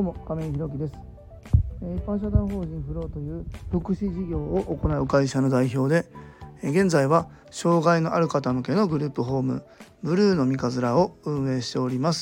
どうも亀井弘樹です。一般社団法人フローという福祉事業を行う会社の代表で、現在は障害のある方向けのグループホームブルーの三日面を運営しております。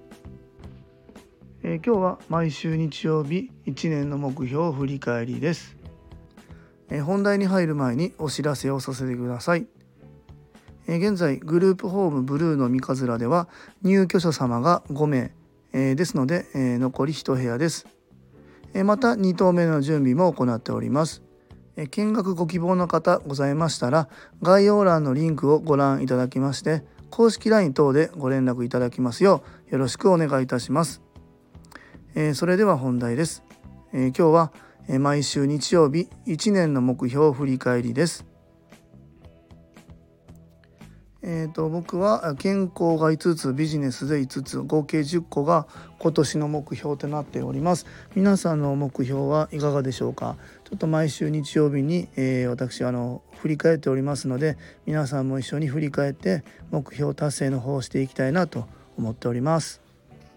今日は毎週日曜日1年の目標振り返りです。本題に入る前にお知らせをさせてください。現在グループホームブルーの三日面では入居者様が5名、ですので、残り1部屋です。また2棟目の準備も行っております。見学ご希望の方ございましたら概要欄のリンクをご覧いただきまして公式 LINE 等でご連絡いただきますようよろしくお願いいたします。それでは本題です。今日は毎週日曜日1年の目標振り返りです。僕は健康が5つビジネスで5つ合計10個が今年の目標となっております。皆さんの目標はいかがでしょうか。ちょっと毎週日曜日に、私振り返っておりますので皆さんも一緒に振り返って目標達成の方をしていきたいなと思っております。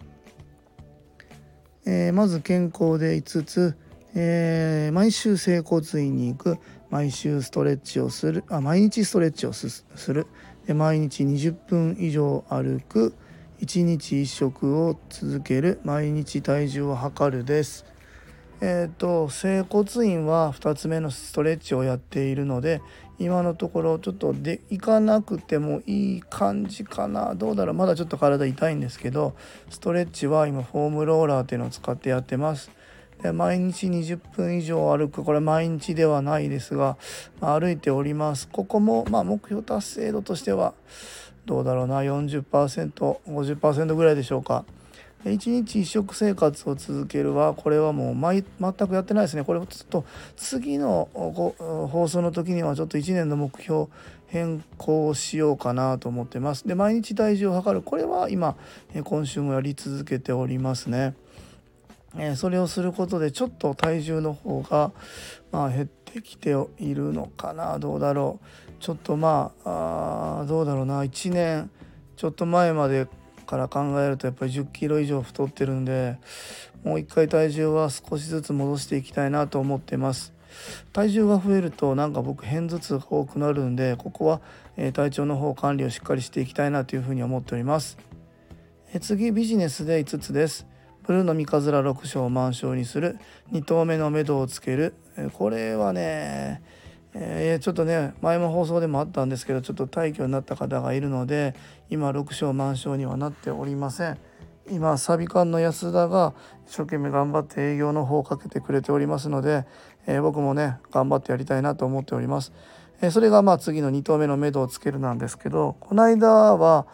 まず健康で5つ、毎週整骨院に行く、毎週ストレッチをする、毎日ストレッチをするで毎日20分以上歩く、1日1食を続ける、毎日体重を測るです。整骨院は2つ目のストレッチをやっているので今のところちょっとで行かなくてもいい感じかな。どうだろう、まだちょっと体痛いんですけどストレッチは今フォームローラーっていうのを使ってやってます。で毎日20分以上歩く、これ毎日ではないですが、歩いております。ここも目標達成度としてはどうだろうな、 40%、50% ぐらいでしょうか。1日1食生活を続けるはこれはもう全くやってないですね。これちょっと次の放送の時にはちょっと1年の目標変更しようかなと思ってます。で毎日体重を測る、これは今週もやり続けておりますね。それをすることでちょっと体重の方が減ってきているのかな。どうだろう、ちょっとどうだろうな、1年ちょっと前までから考えるとやっぱり10キロ以上太ってるんで、もう一回体重は少しずつ戻していきたいなと思ってます。体重が増えると僕片頭痛が多くなるんで、ここは体調の方管理をしっかりしていきたいなというふうに思っております。次ビジネスで5つです。ブルーの三日面6章を満床にする、2棟目の目処をつける。これはねちょっとね前も放送でもあったんですけどちょっと退去になった方がいるので今6章満床にはなっておりません。今サビ館の安田が一生懸命頑張って営業の方をかけてくれておりますので、僕もね頑張ってやりたいなと思っております。それが次の2棟目の目処をつけるなんですけど、この間は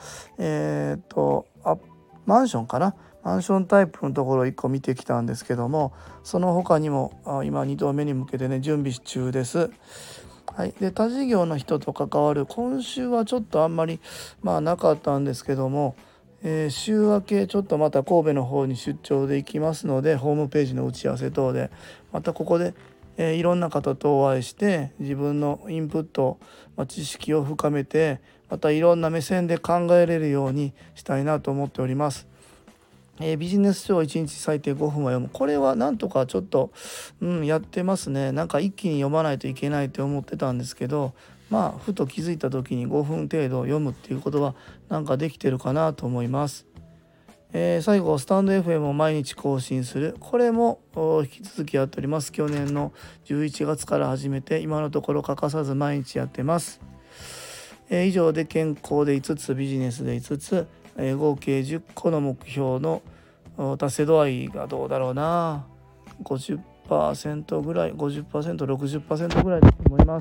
マンションかな、マンションタイプのところ1個見てきたんですけども、その他にも今2棟目に向けてね準備中です。で他事業の人と関わる今週はちょっとあんまりなかったんですけども、週明けちょっとまた神戸の方に出張で行きますのでホームページの打ち合わせ等でまたここで、いろんな方とお会いして自分のインプット、知識を深めてまたいろんな目線で考えれるようにしたいなと思っております。ビジネス書を1日最低5分は読む、これはなんとかちょっと、やってますね。一気に読まないといけないって思ってたんですけど、ふと気づいた時に5分程度読むっていうことはできてるかなと思います。最後スタンド FM を毎日更新する、これも引き続きやっております。去年の11月から始めて今のところ欠かさず毎日やってます。以上で健康で5つビジネスで5つ、合計10個の目標の達成度合いがどうだろうな、50% ぐらい、50%、60% ぐらいだと思います。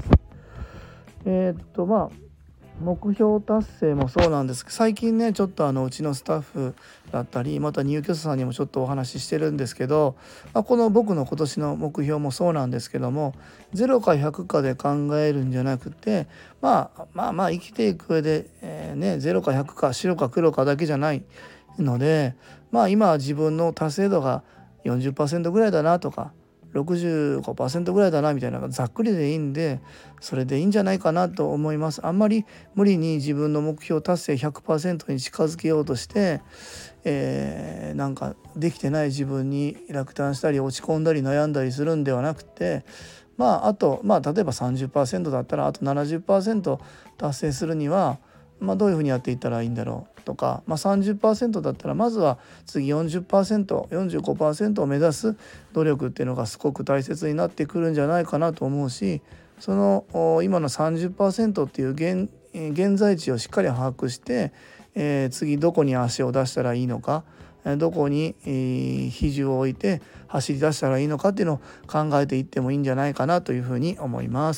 目標達成もそうなんですけど、最近ねちょっとうちのスタッフだったりまた入居者さんにもちょっとお話ししてるんですけど、この僕の今年の目標もそうなんですけども、0か100かで考えるんじゃなくて生きていく上で、0か100か白か黒かだけじゃないので、今は自分の達成度が 40% ぐらいだなとか、 65% ぐらいだなみたいな、ざっくりでいいんでそれでいいんじゃないかなと思います。あんまり無理に自分の目標達成 100% に近づけようとして、なんかできてない自分に落胆したり落ち込んだり悩んだりするんではなくて、あと例えば 30% だったらあと 70% 達成するにはどういうふうにやっていったらいいんだろうとか、30% だったらまずは次 40%、45% を目指す努力っていうのがすごく大切になってくるんじゃないかなと思うし、その今の 30% っていう現在地をしっかり把握して、次どこに足を出したらいいのか、どこに比重を置いて走り出したらいいのかっていうのを考えていってもいいんじゃないかなというふうに思います。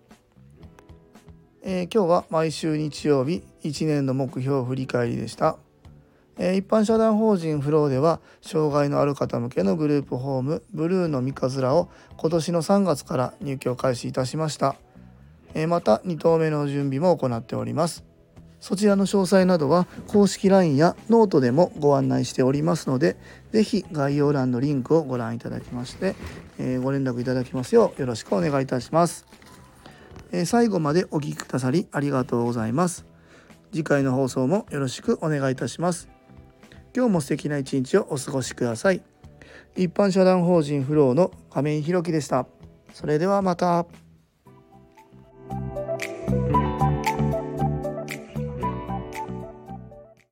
今日は毎週日曜日1年の目標振り返りでした。一般社団法人フローでは障害のある方向けのグループホームブルーの三日面を今年の3月から入居開始いたしました。また2棟目の準備も行っております。そちらの詳細などは公式 LINE やノートでもご案内しておりますので、ぜひ概要欄のリンクをご覧いただきまして、ご連絡いただきますようよろしくお願いいたします。最後までお聞きくださりありがとうございます。次回の放送もよろしくお願いいたします。今日も素敵な一日をお過ごしください。一般社団法人フローの亀井宏樹でした。それではまた。